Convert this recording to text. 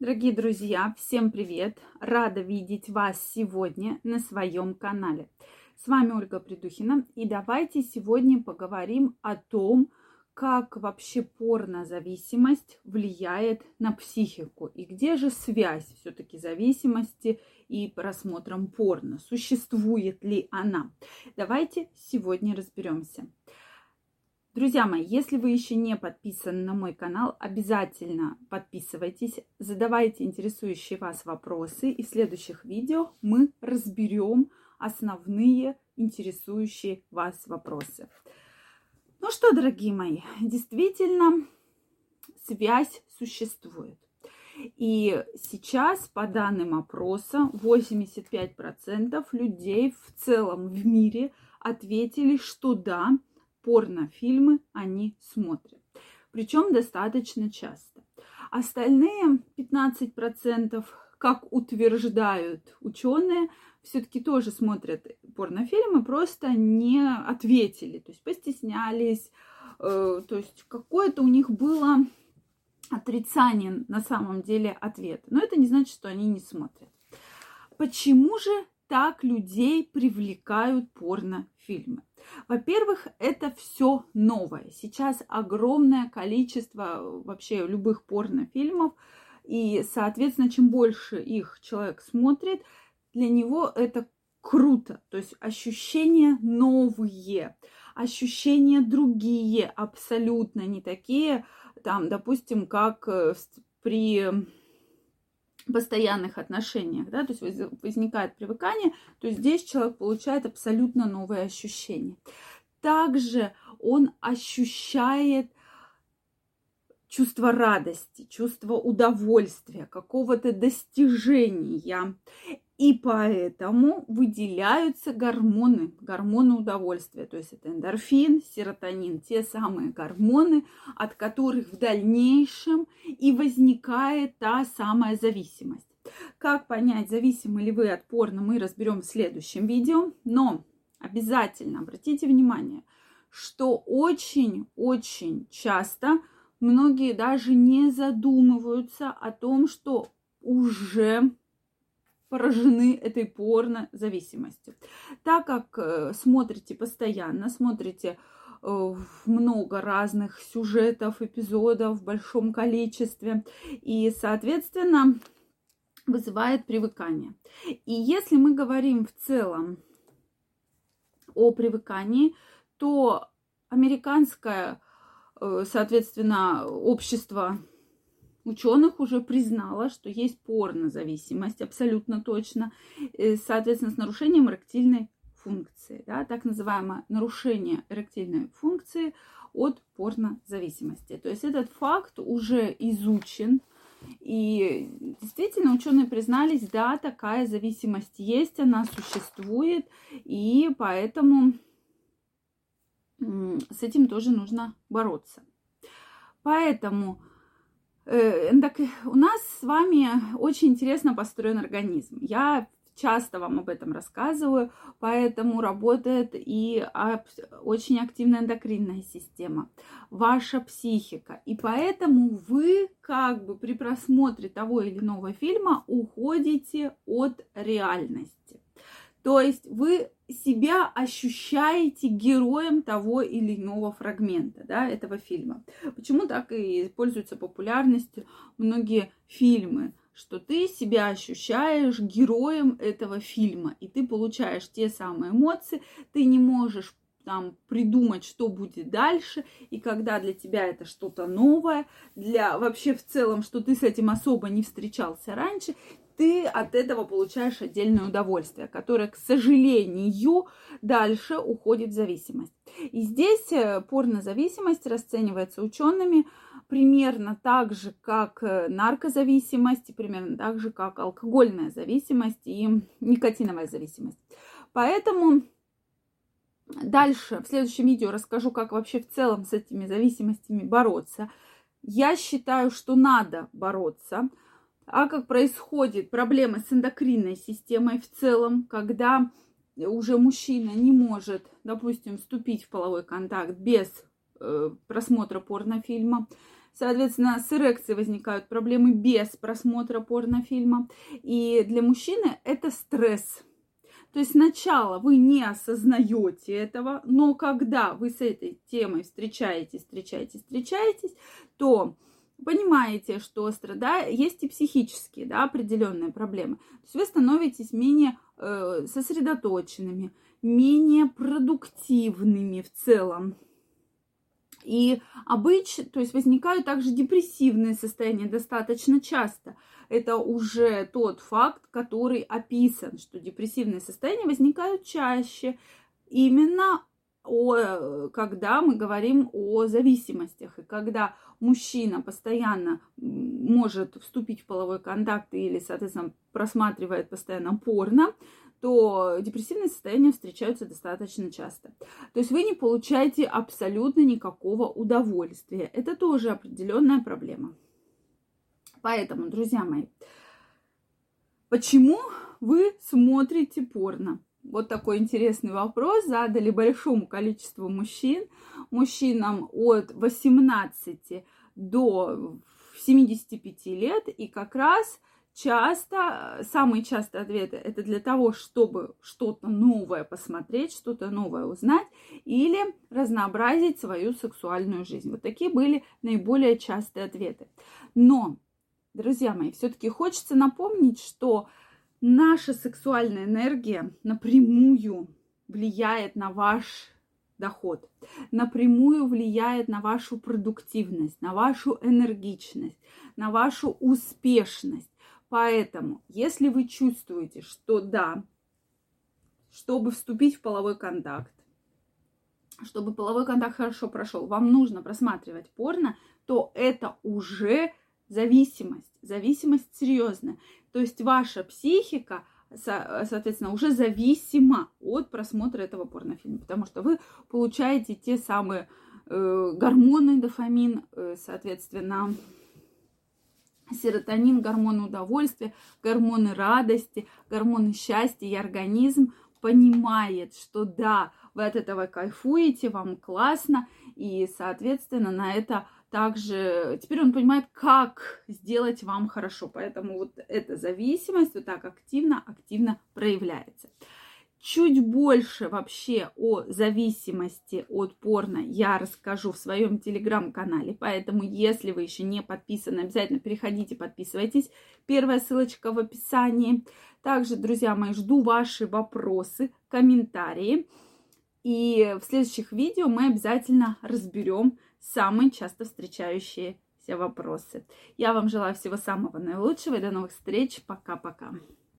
Дорогие друзья, всем привет! Рада видеть вас сегодня на своем канале. С вами Ольга Придухина, и давайте сегодня поговорим о том, как вообще порнозависимость влияет на психику и где же связь все-таки зависимости и просмотром порно. Существует ли она? Давайте сегодня разберемся. Друзья мои, если вы еще не подписаны на мой канал, обязательно подписывайтесь, задавайте интересующие вас вопросы, и в следующих видео мы разберем основные интересующие вас вопросы. Ну что, дорогие мои, действительно, связь существует. И сейчас, по данным опроса, 85% людей в целом в мире ответили, что да, порнофильмы они смотрят. Причем достаточно часто. Остальные 15%, как утверждают ученые, все-таки тоже смотрят порнофильмы, просто не ответили. То есть постеснялись. То есть какое-то у них было отрицание на самом деле ответа. Но это не значит, что они не смотрят. Почему же так людей привлекают порнофильмы? Во-первых, это все новое. Сейчас огромное количество вообще любых порнофильмов. И, соответственно, чем больше их человек смотрит, для него это круто. То есть ощущения новые, ощущения другие, абсолютно не такие, там, допустим, как при постоянных отношениях, да, то есть возникает привыкание, то здесь человек получает абсолютно новые ощущения. Также он ощущает чувство радости, чувство удовольствия, какого-то достижения. И поэтому выделяются гормоны удовольствия. То есть это эндорфин, серотонин, те самые гормоны, от которых в дальнейшем и возникает та самая зависимость. Как понять, зависимы ли вы от порно, мы разберем в следующем видео. Но обязательно обратите внимание, что очень-очень часто многие даже не задумываются о том, что уже поражены этой порнозависимостью. Так как смотрите постоянно, смотрите много разных сюжетов, эпизодов в большом количестве, и, соответственно, вызывает привыкание. И если мы говорим в целом о привыкании, то американское, соответственно, общество ученых уже признало, что есть порнозависимость, абсолютно точно, соответственно, с нарушением эректильной функции, да, так называемое нарушение эректильной функции от порнозависимости. То есть этот факт уже изучен, и действительно ученые признались, да, такая зависимость есть, она существует, и поэтому с этим тоже нужно бороться. Поэтому у нас с вами очень интересно построен организм. Я часто вам об этом рассказываю, поэтому работает и очень активная эндокринная система, ваша психика. И поэтому вы как бы при просмотре того или иного фильма уходите от реальности. То есть вы себя ощущаете героем того или иного фрагмента, да, этого фильма. Почему так и пользуются популярностью многие фильмы, что ты себя ощущаешь героем этого фильма, и ты получаешь те самые эмоции, ты не можешь там придумать, что будет дальше, и когда для тебя это что-то новое, для вообще в целом, что ты с этим особо не встречался раньше, ты от этого получаешь отдельное удовольствие, которое, к сожалению, дальше уходит в зависимость. И здесь порнозависимость расценивается учеными примерно так же, как наркозависимость, и примерно так же, как алкогольная зависимость и никотиновая зависимость. Поэтому дальше в следующем видео расскажу, как вообще в целом с этими зависимостями бороться. Я считаю, что надо бороться. А как происходит проблема с эндокринной системой в целом, когда уже мужчина не может, допустим, вступить в половой контакт без просмотра порнофильма, Соответственно, с эрекцией возникают проблемы без просмотра порнофильма. И для мужчины это стресс. То есть сначала вы не осознаете этого, но когда вы с этой темой встречаетесь, то понимаете, что есть и психические, да, определенные проблемы. То есть вы становитесь менее сосредоточенными, менее продуктивными в целом. И обычно, то есть возникают также депрессивные состояния достаточно часто. Это уже тот факт, который описан, что депрессивные состояния возникают чаще именно когда мы говорим о зависимостях. И когда мужчина постоянно может вступить в половой контакт или, соответственно, просматривает постоянно порно, то депрессивные состояния встречаются достаточно часто. То есть вы не получаете абсолютно никакого удовольствия. Это тоже определенная проблема. Поэтому, друзья мои, почему вы смотрите порно? Вот такой интересный вопрос задали большому количеству мужчин. Мужчинам от 18 до 75 лет. И как раз самые частые ответы — это для того, чтобы что-то новое посмотреть, что-то новое узнать или разнообразить свою сексуальную жизнь. Вот такие были наиболее частые ответы. Но, друзья мои, все-таки хочется напомнить, что наша сексуальная энергия напрямую влияет на ваш доход, напрямую влияет на вашу продуктивность, на вашу энергичность, на вашу успешность. Поэтому, если вы чувствуете, что да, чтобы вступить в половой контакт, чтобы половой контакт хорошо прошел, вам нужно просматривать порно, то это уже зависимость серьезная. То есть ваша психика, соответственно, уже зависима от просмотра этого порнофильма, потому что вы получаете те самые гормоны, дофамин, соответственно, серотонин, гормоны удовольствия, гормоны радости, гормоны счастья, и организм понимает, что да, вы от этого кайфуете, вам классно, и, соответственно, на это также теперь он понимает, как сделать вам хорошо. Поэтому вот эта зависимость вот так активно проявляется. Чуть больше вообще о зависимости от порно я расскажу в своем телеграм-канале. Поэтому, если вы еще не подписаны, обязательно переходите, подписывайтесь. Первая ссылочка в описании. Также, друзья мои, жду ваши вопросы, комментарии. И в следующих видео мы обязательно разберем самые часто встречающиеся вопросы. Я вам желаю всего самого наилучшего и до новых встреч. Пока-пока.